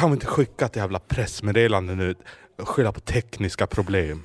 kan vi inte skicka ett jävla pressmeddelande nu? Skylla på tekniska problem.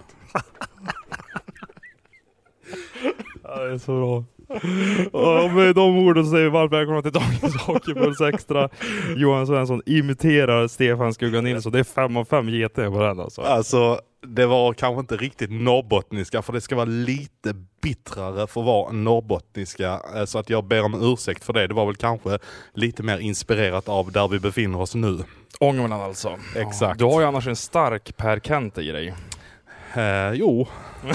Ja, det är så bra. Och med de orden så säger vi varmt välkomna till dagens Hockeypuls Extra. Johan Svensson imiterar Stefan Skugga Nilsson. Det är 5 av 5 GT på den alltså. Alltså, det var kanske inte riktigt norrbottniska, för det ska vara lite bittrare för att vara norrbottniska. Så att jag ber om ursäkt för det. Det var väl kanske lite mer inspirerat av där vi befinner oss nu. Ångermanland alltså. Exakt. Du har ju annars en stark Per Kent i dig. Jo.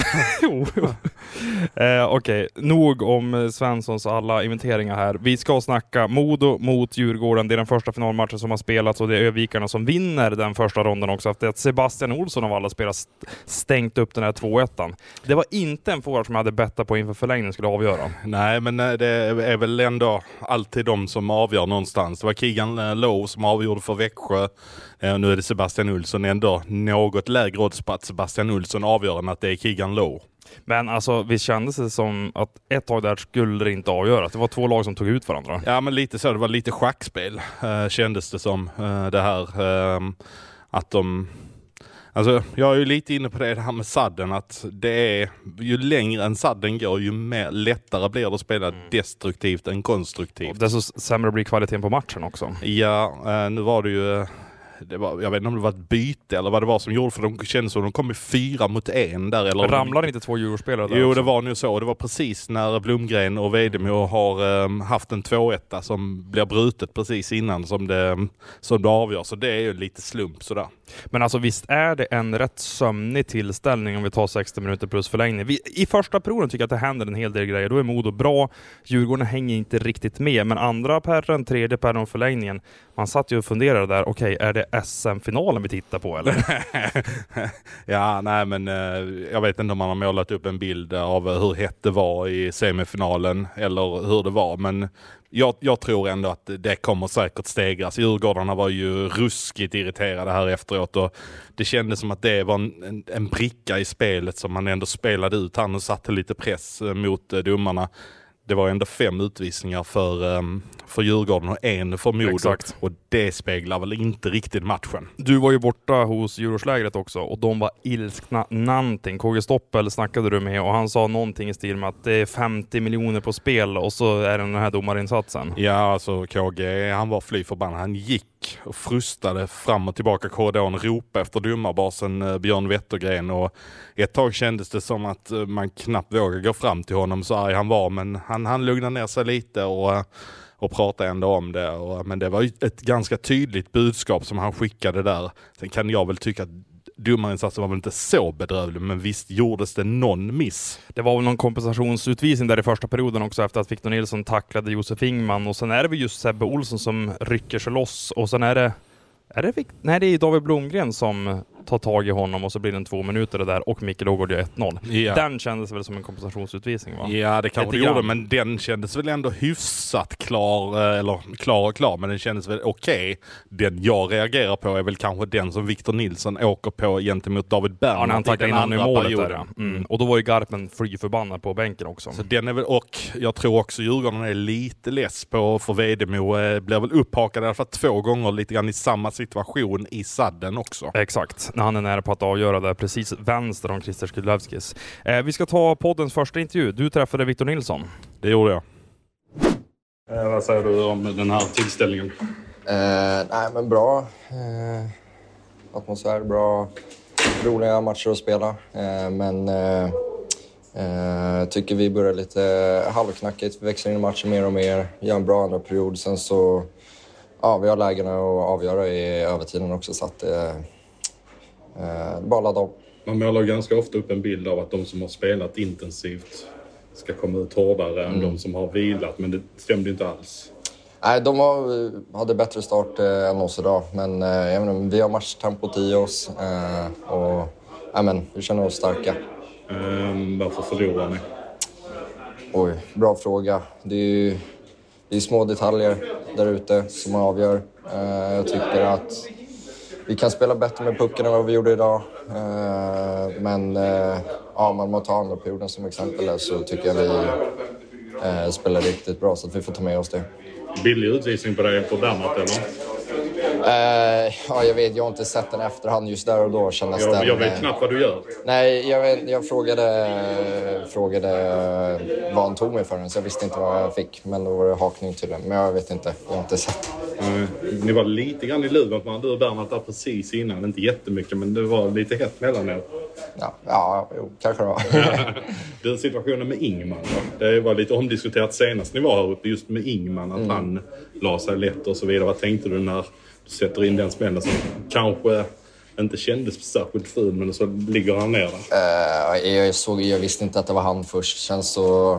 Okej, nog om Svenssons alla inventeringar här. Vi ska snacka Modo mot Djurgården. Det är den första finalmatchen som har spelats och det är Övikarna som vinner den första ronden också efter att Sebastian Olsson av alla spelare stängt upp den här 2-1. Det var inte en forward som hade bettat på inför förlängningen skulle avgöra. Nej, men det är väl ändå alltid de som avgör någonstans. Det var Keegan Lowe som avgjorde för Växjö. Nu är det Sebastian Olsson, ändå något lägre odds på att Sebastian Olsson avgör än att det är Keegan Lowe. Men alltså, vi kändes det som att ett tag där skulle det inte avgöras. Det var 2 lag som tog ut varandra. Ja, men lite så. Det var lite schackspel kändes det som. Det här att de... Alltså, jag är ju lite inne på det här med sadden, att det är ju längre än sadden går, ju mer lättare blir det att spela destruktivt än konstruktivt. Och desto sämre blir kvaliteten på matchen också. Ja, nu var det ju... jag vet inte om det var ett byte eller vad det var som gjorde, för de kändes som de kom i 4-1 där. Eller ramlar inte 2 Djurgårdsspelare där? Jo, också? Det var nu så. Det var precis när Blomgren och Vedemo har haft en 2-1 som blir brutet precis innan som det avgör. Så det är ju lite slump sådär. Men alltså visst är det en rätt sömnig tillställning om vi tar 60 minuter plus förlängning. I första perioden tycker jag att det händer en hel del grejer. Då är Modo bra. Djurgården hänger inte riktigt med. Men andra perren, tredje perren och förlängningen. Man satt ju och funderade där. Okej, är det SM-finalen vi tittar på eller? Ja, nej men jag vet inte om man har målat upp en bild av hur hett det var i semifinalen eller hur det var. Men jag tror ändå att det kommer säkert stegras. Djurgårdarna var ju ruskigt irriterade här efteråt och det kändes som att det var en bricka i spelet som man ändå spelade ut. Han och satte lite press mot domarna. Det var ändå 5 utvisningar för Djurgården och 1 för Modo. Exakt. Och det speglar väl inte riktigt matchen. Du var ju borta hos Djurgårdslägret också och de var ilskna någonting. KG Stoppel snackade du med och han sa någonting i stil med att det är 50 miljoner på spel och så är det den här domarinsatsen. Ja, alltså KG, han var fly förbannad. Han gick och frustade fram och tillbaka korridoren, ropa efter domarbasen Björn Wettergren, och ett tag kändes det som att man knappt vågade gå fram till honom, så arg han var, men han lugnade ner sig lite och pratade ändå om det. Men det var ju ett ganska tydligt budskap som han skickade där. Sen kan jag väl tycka att domarinsatsen var väl inte så bedrövlig, men visst gjordes det någon miss. Det var väl någon kompensationsutvisning där i första perioden också efter att Victor Nilsson tacklade Josef Ingman, och sen är det väl just Sebbe Olsson som rycker sig loss, och sen är det är David Blomgren som tar tag i honom och så blir det 2 minuter där och Mikael Ågård gör 1-0. Ja. Den kändes väl som en kompensationsutvisning, va? Ja, det kanske det gjorde, men den kändes väl ändå hyfsat klar, men den kändes väl okej. Den jag reagerar på är väl kanske den som Victor Nilsson åker på gentemot David Bernhardt. Ja, när han tackade in honom i målet där, ja. Och då var ju Garpen fly förbannad på bänken också. Så den är väl, och jag tror också Djurgården är lite less på, för Vedemo blir väl upphakad i alla fall 2 gånger lite grann i samma situation i sadden också. Exakt, när han är nära på att avgöra det precis vänster om Christer Skydlevskis. Vi ska ta poddens första intervju. Du träffade Victor Nilsson. Det gjorde jag. Vad säger du om den här tillställningen? Nej, men bra. Atmosfär, bra. Roliga matcher att spela. Men tycker vi börjar lite halvknackigt. Vi växlar in matchen mer och mer. Gör en bra andra period. Sen så... Ja, vi har lägena att avgöra i övertiden också, så att bara ladda om. Man målar ganska ofta upp en bild av att de som har spelat intensivt ska komma ut hårdare än de som har vilat, men det stämde inte alls. Nej, de hade bättre start än oss idag, men jag menar, vi har matchtempot i oss och vi känner oss starka. Varför förlorar ni? Oj, bra fråga. Det är små detaljer där ute som avgör. Jag tycker att vi kan spela bättre med pucken än vad vi gjorde idag. Men man måste ta andra perioden som exempel där, så tycker jag vi spelar riktigt bra, så att vi får ta med oss det. Billig utvisning på dig på Bernhardt, eller? Ja, jag har inte sett den efterhand just där och då kändes den... Jag vet knappt vad du gör. Nej, jag frågade vad han tog mig för den, så jag visste inte vad jag fick. Men då var det hakning till den. Men jag vet inte, jag har inte sett. Ni var lite grann i luven på du och Bernhard där precis innan. Inte jättemycket, men det var lite hett mellan er. Ja, kanske det var. Den situationen med Ingman då? Det var lite omdiskuterat senast ni var här uppe just med Ingman. Att han la sig lätt och så vidare. Vad tänkte du när du sätter in den smällen som kanske inte kändes särskilt ful, men så ligger han ner där? Jag visste inte att det var han först. Känns så...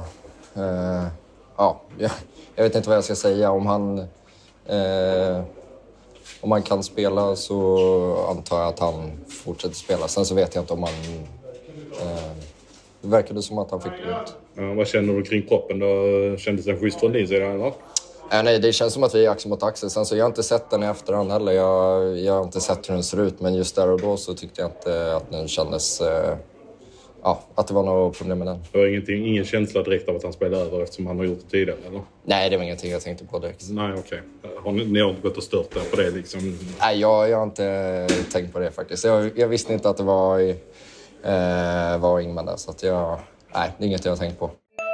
jag vet inte vad jag ska säga. Om han kan spela så antar jag att han fortsätter spela. Sen så vet jag inte om han... det verkade som att han fick ont. Ja, vad känner du kring kroppen då? Kändes den schysst från din sida, eller? Nej, det känns som att vi är axel mot axel. Sen så jag har inte sett den i efterhand heller. Jag har inte sett hur den ser ut. Men just där och då så tyckte jag inte att den kändes... att det var något problem med den. Det var ingen känsla direkt av att han spelade över eftersom han har gjort det tidigare, eller? Nej, det var ingenting jag tänkte på direkt. Nej, okej. Ni har inte gått och stört där på det liksom? Nej, jag har inte tänkt på det faktiskt. Jag visste inte att det var Ingman där. Så att nej, det är inget jag har tänkt på.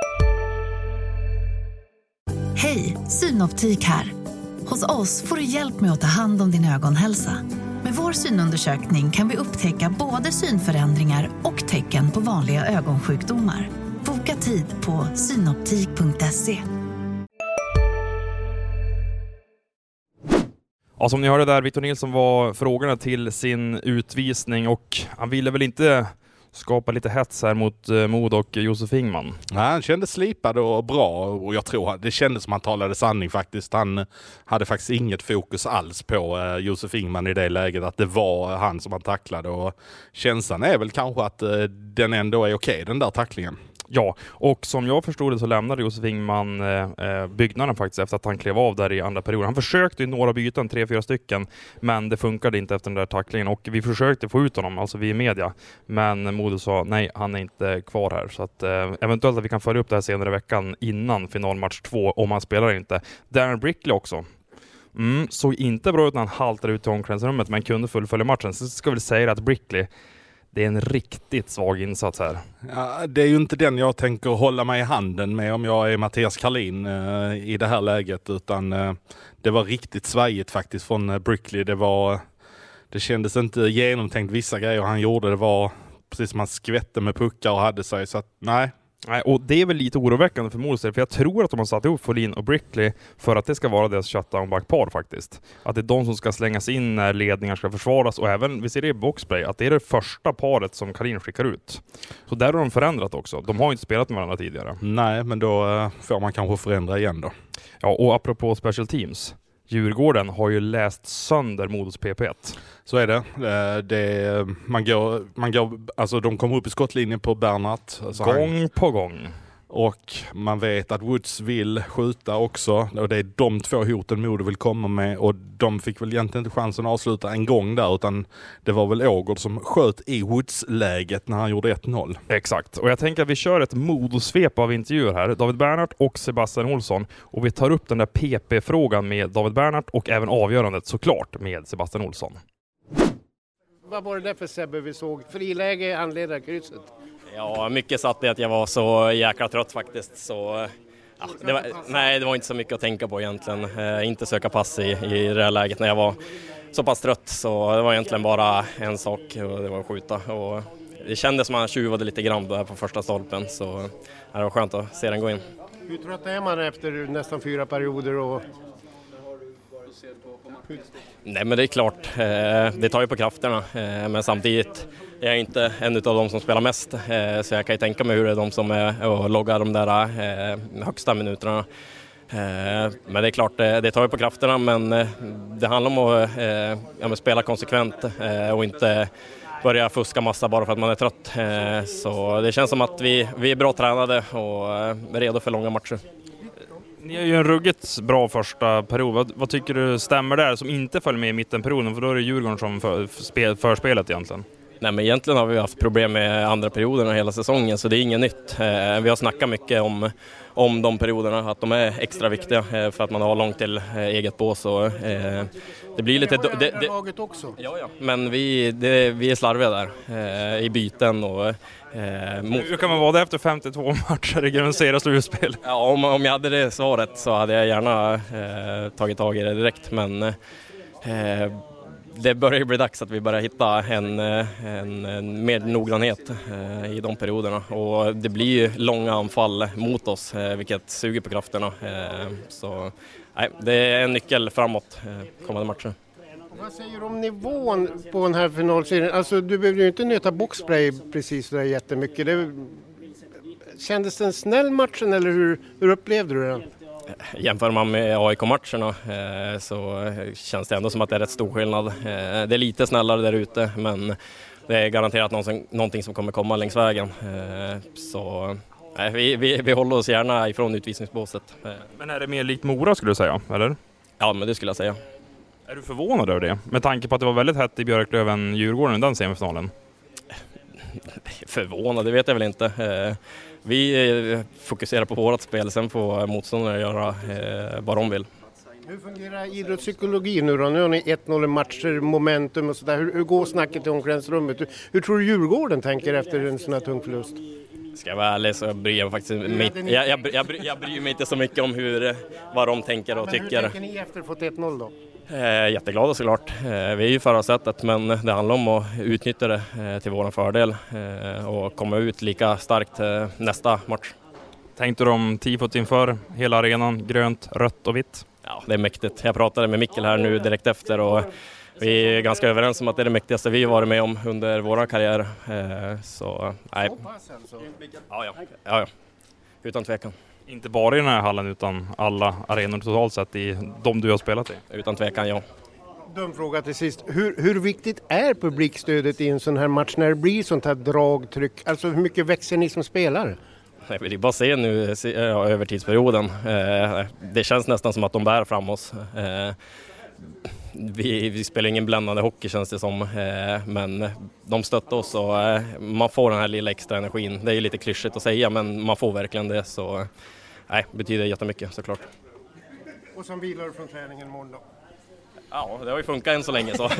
Hej, Synoptik här. Hos oss får du hjälp med att ta hand om din ögonhälsa. Med vår synundersökning kan vi upptäcka både synförändringar och tecken på vanliga ögonsjukdomar. Boka tid på synoptik.se. Ja, som ni hörde där, Victor Nilsson var frågorna till sin utvisning och han ville väl inte skapa lite hets här mot Mod och Josef Ingman. Ja, han kändes slipad och bra och jag tror det kändes som han talade sanning faktiskt. Han hade faktiskt inget fokus alls på Josef Ingman i det läget, att det var han som han tacklade, och känslan är väl kanske att den ändå är okej, den där tacklingen. Ja, och som jag förstod det så lämnade Josef Ingman byggnaden faktiskt efter att han klev av där i andra perioden. Han försökte ju några byten, 3-4 stycken, men det funkade inte efter den där tacklingen och vi försökte få ut honom, alltså vi i media. Men Modo sa nej, han är inte kvar här. Så att eventuellt att vi kan följa upp det här senare i veckan innan finalmatch 2 om han spelar inte. Darren Brickley också. Såg inte bra ut när han haltade ut till omklädningsrummet men kunde fullfölja matchen. Så ska vi säga att Brickley, det är en riktigt svag insats här. Ja, det är ju inte den jag tänker hålla mig i handen med om jag är Mattias Karlin i det här läget, utan det var riktigt svajigt faktiskt från Brickley. Det kändes inte genomtänkt, vissa grejer han gjorde. Det var precis som han skvätte med puckar och hade sig, så att nej. Nej, och det är väl lite oroväckande för Modo, för jag tror att de har satt ihop Folin och Brickley för att det ska vara deras shutdown-backpar faktiskt. Att det är de som ska slängas in när ledningar ska försvaras, och även, vi ser det i boxplay, att det är det första paret som Karin skickar ut. Så där har de förändrat också. De har inte spelat med varandra tidigare. Nej, men då får man kanske förändra igen då. Ja, och apropå special teams. Djurgården har ju läst sönder Modos PP1. Så är det. Alltså de kommer upp i skottlinjen på Bernhard. Alltså gång på gång. Och man vet att Woods vill skjuta också. Och det är de två hoten Modo vill komma med. Och de fick väl egentligen inte chansen att avsluta en gång där. Utan det var väl Ågård som sköt i Woods-läget när han gjorde 1-0. Exakt. Och jag tänker att vi kör ett Modo-svep av intervjuer här. David Bernhardt och Sebastian Olsson. Och vi tar upp den där PP-frågan med David Bernhardt och även avgörandet såklart med Sebastian Olsson. Vad var det där för Sebbe vi såg? Friläge, anledda krysset. Ja, mycket satt i att jag var så jäkla trött faktiskt. Så, ja, det var inte så mycket att tänka på egentligen. Inte söka pass i det här läget när jag var så pass trött. Så det var egentligen bara en sak, och det var att skjuta. Och det kändes som att man tjuvade lite grann där på första stolpen. Så det var skönt att se den gå in. Hur trött är man efter nästan 4 perioder? Och... Nej, men det är klart, det tar ju på krafterna, men samtidigt är jag inte en av de som spelar mest, så jag kan ju tänka mig hur det är de som är och loggar de där högsta minuterna. Men det är klart, det tar ju på krafterna, men det handlar om att spela konsekvent och inte börja fuska massa bara för att man är trött. Så det känns som att vi är bra tränade och är redo för långa matcher. Ni är ju en ruggigt bra första period. Vad tycker du stämmer där som inte följer med i mittenperioden? För då är det Djurgården som för spelet egentligen. Nej, men egentligen har vi haft problem med andra perioderna hela säsongen, så det är inget nytt. Vi har snackat mycket om de perioderna, att de är extra viktiga för att man har långt till eget bås. Och, det blir lite... Det laget också. Ja, men vi är slarviga där i byten och... Hur kan man vara det efter 52 matcher i grundserie slutspel? Ja, om jag hade det svaret så hade jag gärna tagit tag i det direkt, men det börjar bli dags att vi börjar hitta en mer noggrannhet i de perioderna, och det blir långa anfall mot oss, vilket suger på krafterna. Så nej, det är en nyckel framåt kommande matcher. Vad säger du om nivån på den här finalserien? Alltså, du behöver ju inte nöta boxspray precis där jättemycket. Kändes det en snäll matchen, eller hur upplevde du den? Jämför man med AIK-matcherna så känns det ändå som att det är rätt stor skillnad. Det är lite snällare där ute, men det är garanterat någonting som kommer komma längs vägen. Så vi håller oss gärna ifrån utvisningsbåset. Men är det mer likt Mora, skulle du säga, eller? Ja, men det skulle jag säga. Är du förvånad över det? Med tanke på att det var väldigt hett i Björklöven-Djurgården i den semifinalen. Förvånad, det vet jag väl inte. Vi fokuserar på vårt spel, sen får motståndare göra vad de vill. Hur fungerar idrottspsykologi nu då? Nu har ni 1-0 matcher, momentum och sådär. Hur går snacket i omklädningsrummet? Hur tror du Djurgården tänker efter en sån här tung förlust? Ska jag vara ärlig så bryr jag faktiskt jag bryr mig inte så mycket om vad de tänker och tycker. Hur tänker ni efter att fått 1-0 då? Jätteglada såklart. Vi är ju förarsättet, men det handlar om att utnyttja det till vår fördel och komma ut lika starkt nästa match. Tänkte du om tifot inför hela arenan, grönt, rött och vitt? Ja, det är mäktigt. Jag pratade med Mikkel här nu direkt efter, och vi är ganska överens om att det är det mäktigaste vi har varit med om under våra karriär. Så nej. Ja. Utan tvekan. Inte bara i den här hallen, utan alla arenor totalt sett i de du har spelat i? Utan tvekan, ja. Dum fråga till sist. Hur viktigt är publikstödet i en sån här match när det blir sånt här dragtryck? Alltså hur mycket växer ni som spelare? Jag vill bara se nu övertidsperioden. Det känns nästan som att de bär fram oss. Vi spelar ingen bländande hockey, känns det som, men de stöttar oss och man får den här lilla extra energin. Det är lite klyschigt att säga, men man får verkligen det, så nej, betyder jättemycket såklart. Och som vilar från träningen imorgon då? Ja, det har ju funkat än så länge så.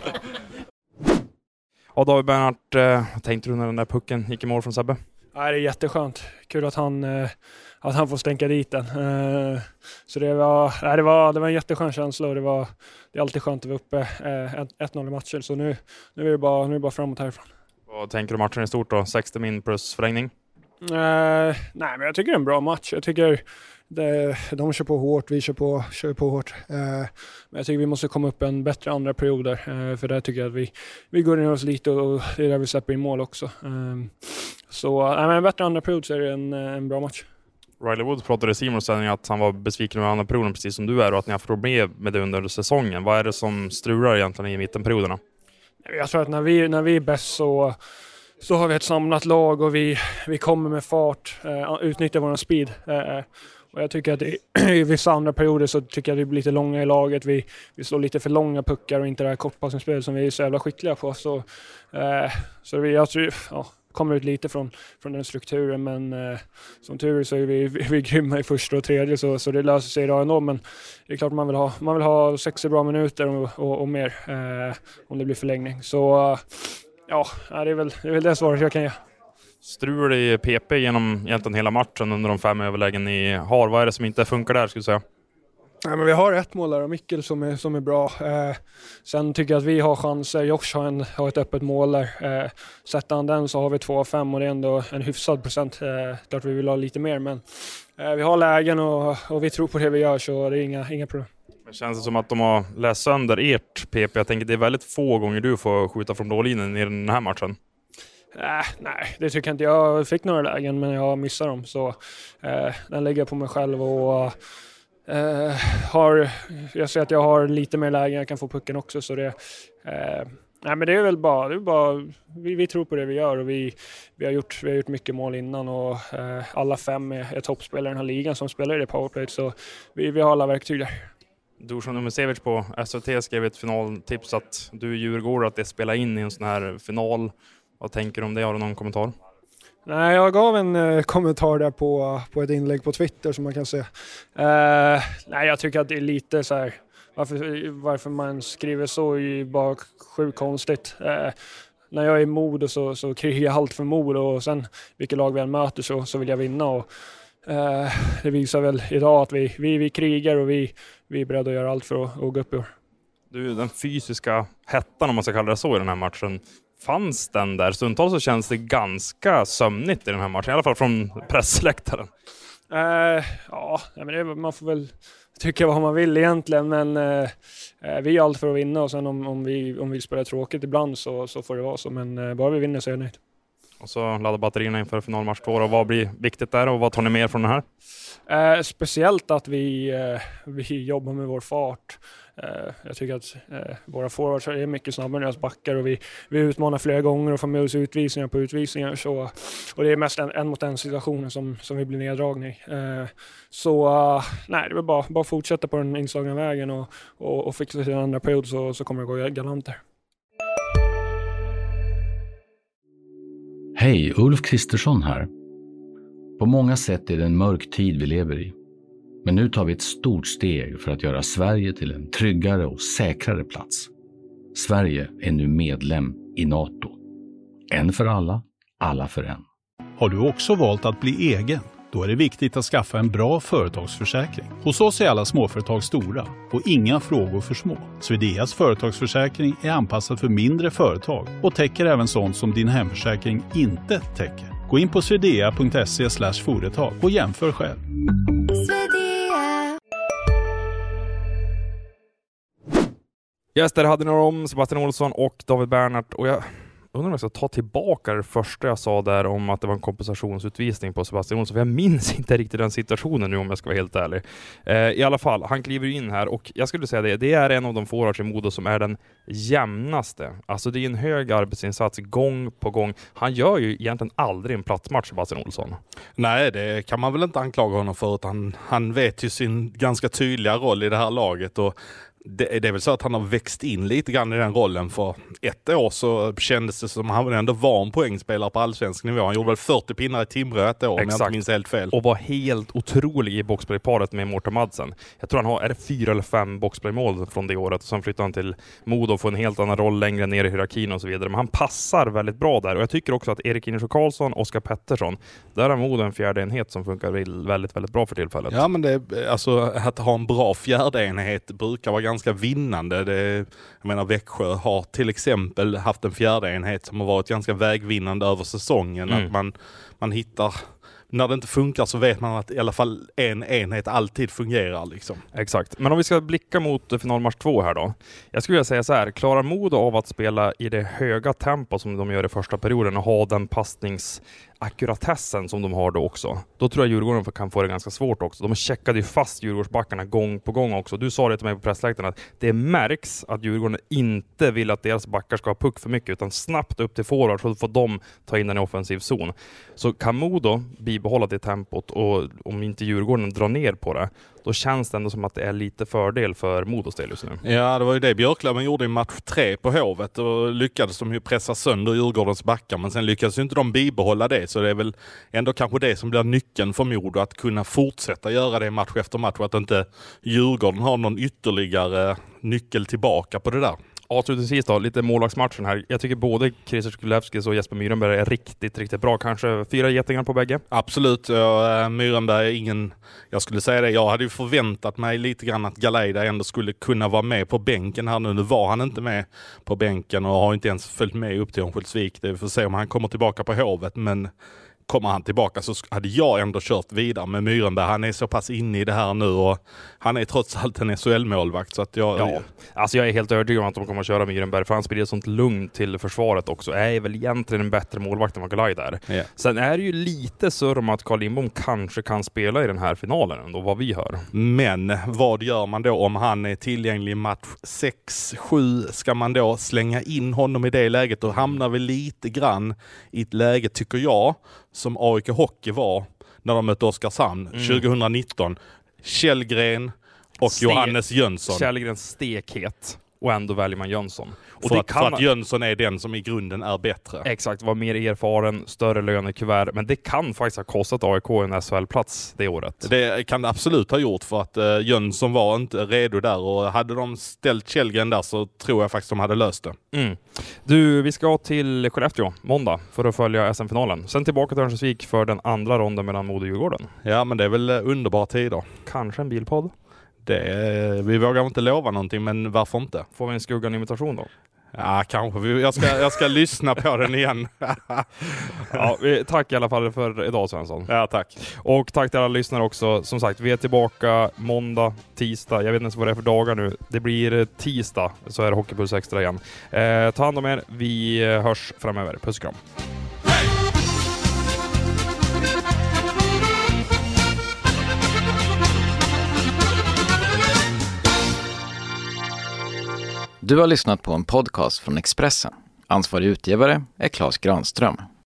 Ja, David Bernhardt, vad tänkte du när den där pucken gick i mål från Sebbe? Ja, det är jätteskönt. Kul att han får stänka dit den. Så det var en jätteskön känsla, och det är alltid skönt att vara uppe 1-0 i matcher. Så nu är det bara framåt härifrån. Vad tänker du matchen i stort då? 60 min plus förlängning? Nej, men jag tycker det är en bra match. Jag tycker de kör på hårt, vi kör på hårt. Men jag tycker vi måste komma upp en bättre andra perioder. För där tycker jag att vi går ner oss lite, och det är där vi släpper in mål också. Så men en bättre andra period, så är det en bra match. Riley Woods pratade i Simons sändning att han var besviken med andra perioden precis som du är, och att ni har problem med det under säsongen. Vad är det som strular egentligen i mittenperioderna? Jag tror att när vi är bäst så har vi ett samlat lag, och vi kommer med fart, utnyttjar vår speed. Och jag tycker att i vissa andra perioder så tycker jag att vi blir lite långa i laget. Vi slår lite för långa puckar och inte det här kortpassningsspelet som vi är så jävla skickliga på. Så jag tror, kommer ut lite från den strukturen, men som tur så är vi grymma i första och tredje, så det löser sig idag ändå. Men det är klart man vill ha 60 bra minuter och mer om det blir förlängning. Så det är väl det svaret jag kan ge. Strul i PP genom egentligen hela matchen under de 5 överlägen ni har. Vad är det som inte funkar där, skulle du säga? Ja, men vi har ett mål där av Mikkel som är bra. Sen tycker jag att vi har chanser. Josh har ett öppet mål där. Sätter han den så har vi 2 av 5, och det är ändå en hyfsad procent. Klart vi vill ha lite mer, men vi har lägen och vi tror på det vi gör, så det är inga problem. Det känns som att de har läst sönder ert PP. Jag tänker det är väldigt få gånger du får skjuta från blålinjen i den här matchen. Nej, det tycker jag inte. Jag fick några lägen, men jag missade dem. Så den lägger jag på mig själv, och jag ser att jag har lite mer lägen. Jag kan få pucken också. Så det, men det är väl bara vi tror på det vi gör, och vi har gjort mycket mål innan, och alla 5 är toppspelare i den här ligan som spelar i det powerplay. Så vi har alla verktyg där. Dusan Umesevic på SVT skrev ett finaltips att du är Djurgården, att det spelar in i en sån här final. Vad tänker du om det? Har du någon kommentar? Nej, jag gav en kommentar där på ett inlägg på Twitter som man kan se. Nej, jag tycker att det är lite så här, varför man skriver så är ju bara sjukt konstigt. När jag är i Modo så krigar jag allt för Modo, och sen vilket lag vi än möter så vill jag vinna. Och det visar väl idag att vi krigar och vi är beredda att göra allt för att gå upp i år. Du, den fysiska hettan, om man ska kalla det så, i den här matchen, fanns den där? Stundtals så känns det ganska sömnigt i den här matchen, i alla fall från pressläktaren. Ja, men man får väl tycka vad man vill egentligen, men vi är allt för att vinna, och sen om vi spelar tråkigt ibland så får det vara så, men bara vi vinner så är jag nöjd. Och så laddar batterierna inför finalmatch 2, och vad blir viktigt där och vad tar ni med från den här? Speciellt att vi jobbar med vår fart. Jag tycker att våra forwards är mycket snabbare än deras backar, och vi utmanar flera gånger och får med oss utvisningar på utvisningar. Och det är mest en mot en situationen som vi blir neddragna i. Nej, det är bara fortsätta på den inslagna vägen och fixa till en andra period så kommer det gå galant där. Hej, Ulf Kristersson här. På många sätt är det en mörk tid vi lever i. Men nu tar vi ett stort steg för att göra Sverige till en tryggare och säkrare plats. Sverige är nu medlem i NATO. En för alla, alla för en. Har du också valt att bli egen? Då är det viktigt att skaffa en bra företagsförsäkring. Hos oss är alla småföretag stora och inga frågor för små. Swedeas företagsförsäkring är anpassad för mindre företag och täcker även sånt som din hemförsäkring inte täcker. Gå in på swedea.se/företag och jämför själv. Yes, där hade ni om Sebastian Olsson och David Bernhardt, och jag undrar om jag ska ta tillbaka det första jag sa där om att det var en kompensationsutvisning på Sebastian Olsson, för jag minns inte riktigt den situationen nu, om jag ska vara helt ärlig. I alla fall, han kliver in här, och jag skulle säga det är en av de forwards i Modo som är den jämnaste. Alltså det är en hög arbetsinsats gång på gång. Han gör ju egentligen aldrig en platsmatch, Sebastian Olsson. Nej, det kan man väl inte anklaga honom för, utan han vet ju sin ganska tydliga roll i det här laget, och det är väl så att han har växt in lite grann i den rollen. För ett år så kändes det som att han ändå var en poängspelare på allsvensk nivå. Han gjorde väl 40 pinnar i Timrå ett år, om jag inte minns helt fel. Och var helt otrolig i boxplayparet med Mårten Madsen. Jag tror han har 4 eller 5 boxplaymål från det året. Och sen flyttar han till Modo och får en helt annan roll längre ner i hierarkin och så vidare. Men han passar väldigt bra där. Och jag tycker också att Erik Inersjö Karlsson och Oskar Pettersson, där har Modo en fjärde enhet som funkar väldigt, väldigt bra för tillfället. Ja, men alltså, att ha en bra fjärde enhet brukar vara ganska vinnande. Jag menar, Växjö har till exempel haft en fjärde enhet som har varit ganska vägvinnande över säsongen. Att man hittar, när det inte funkar så vet man att i alla fall en enhet alltid fungerar liksom. Exakt. Men om vi ska blicka mot finalmatch 2 här då. Jag skulle vilja säga så här, klarar Modo av att spela i det höga tempo som de gör i första perioden och ha den passningsakkuratessen som de har då också, då tror jag Djurgården kan få det ganska svårt också. De checkade ju fast Djurgårdsbackarna gång på gång också. Du sa det till mig på pressläktaren att det märks att Djurgården inte vill att deras backar ska ha puck för mycket, utan snabbt upp till forward så får de ta in den i offensiv zon. Så kan Modo bibehålla det tempot, och om inte Djurgården drar ner på det, då känns det ändå som att det är lite fördel för Modos del just nu. Ja, det var ju det Björklöven gjorde i match 3 på Hovet, och lyckades de ju pressa sönder Djurgårdens backar, men sen lyckades ju inte de bibehålla det, så det är väl ändå kanske det som blir nyckeln för Modo, att kunna fortsätta göra det match efter match, och att inte Djurgården har någon ytterligare nyckel tillbaka på det där. Avslutningsvis då, lite målvaktsmatchen här. Jag tycker både Christer Skulewskis och Jesper Myrenberg är riktigt bra. Kanske 4 getingar på bägge? Absolut. Myrenberg är ingen... Jag skulle säga det. Jag hade ju förväntat mig lite grann att Galeida ändå skulle kunna vara med på bänken här nu. Nu var han inte med på bänken och har inte ens följt med upp till Örnsköldsvik. Vi får se om han kommer tillbaka på Hovet, men kommer han tillbaka så hade jag ändå kört vidare med Myrenberg. Han är så pass inne i det här nu, och han är trots allt en SHL-målvakt. Så att jag är helt övertygad om att de kommer att köra Myrenberg, för han sprider sånt lugn till försvaret också. Är väl egentligen en bättre målvakt än vad Galaida är. Yeah. Sen är det ju lite surr om att Carl Lindbom kanske kan spela i den här finalen ändå, vad vi hör. Men vad gör man då om han är tillgänglig i match 6-7? Ska man då slänga in honom i det läget? Och hamnar vi lite grann i ett läge, tycker jag, som AIK Hockey var när de mötte Oskarshamn 2019. Källgren Och Johannes Jönsson. Källgrens stekhet. Och ändå väljer man Jönsson. Och för att Jönsson är den som i grunden är bättre. Exakt, var mer erfaren, större lönekuvert. Men det kan faktiskt ha kostat AIK en SHL-plats det året. Det kan det absolut ha gjort, för att Jönsson var inte redo där. Och hade de ställt Källgren där så tror jag faktiskt de hade löst det. Mm. Du, vi ska till Skellefteå måndag för att följa SM-finalen. Sen tillbaka till Örnsköldsvik för den andra ronden mellan Modo och Djurgården. Ja, men det är väl underbara tider. Kanske en bilpodd. Vi vågar inte lova någonting, men varför inte? Får vi en skuggan-imitation då? Ja, kanske. Jag ska lyssna på den igen. Ja, tack i alla fall för idag, Svensson. Ja, tack. Och tack till alla lyssnare också. Som sagt, vi är tillbaka måndag, tisdag. Jag vet inte vad det är för dagar nu. Det blir tisdag, så är det Hockeypuls Extra igen. Ta hand om er. Vi hörs framöver. Puss och kram. Du har lyssnat på en podcast från Expressen. Ansvarig utgivare är Claes Granström.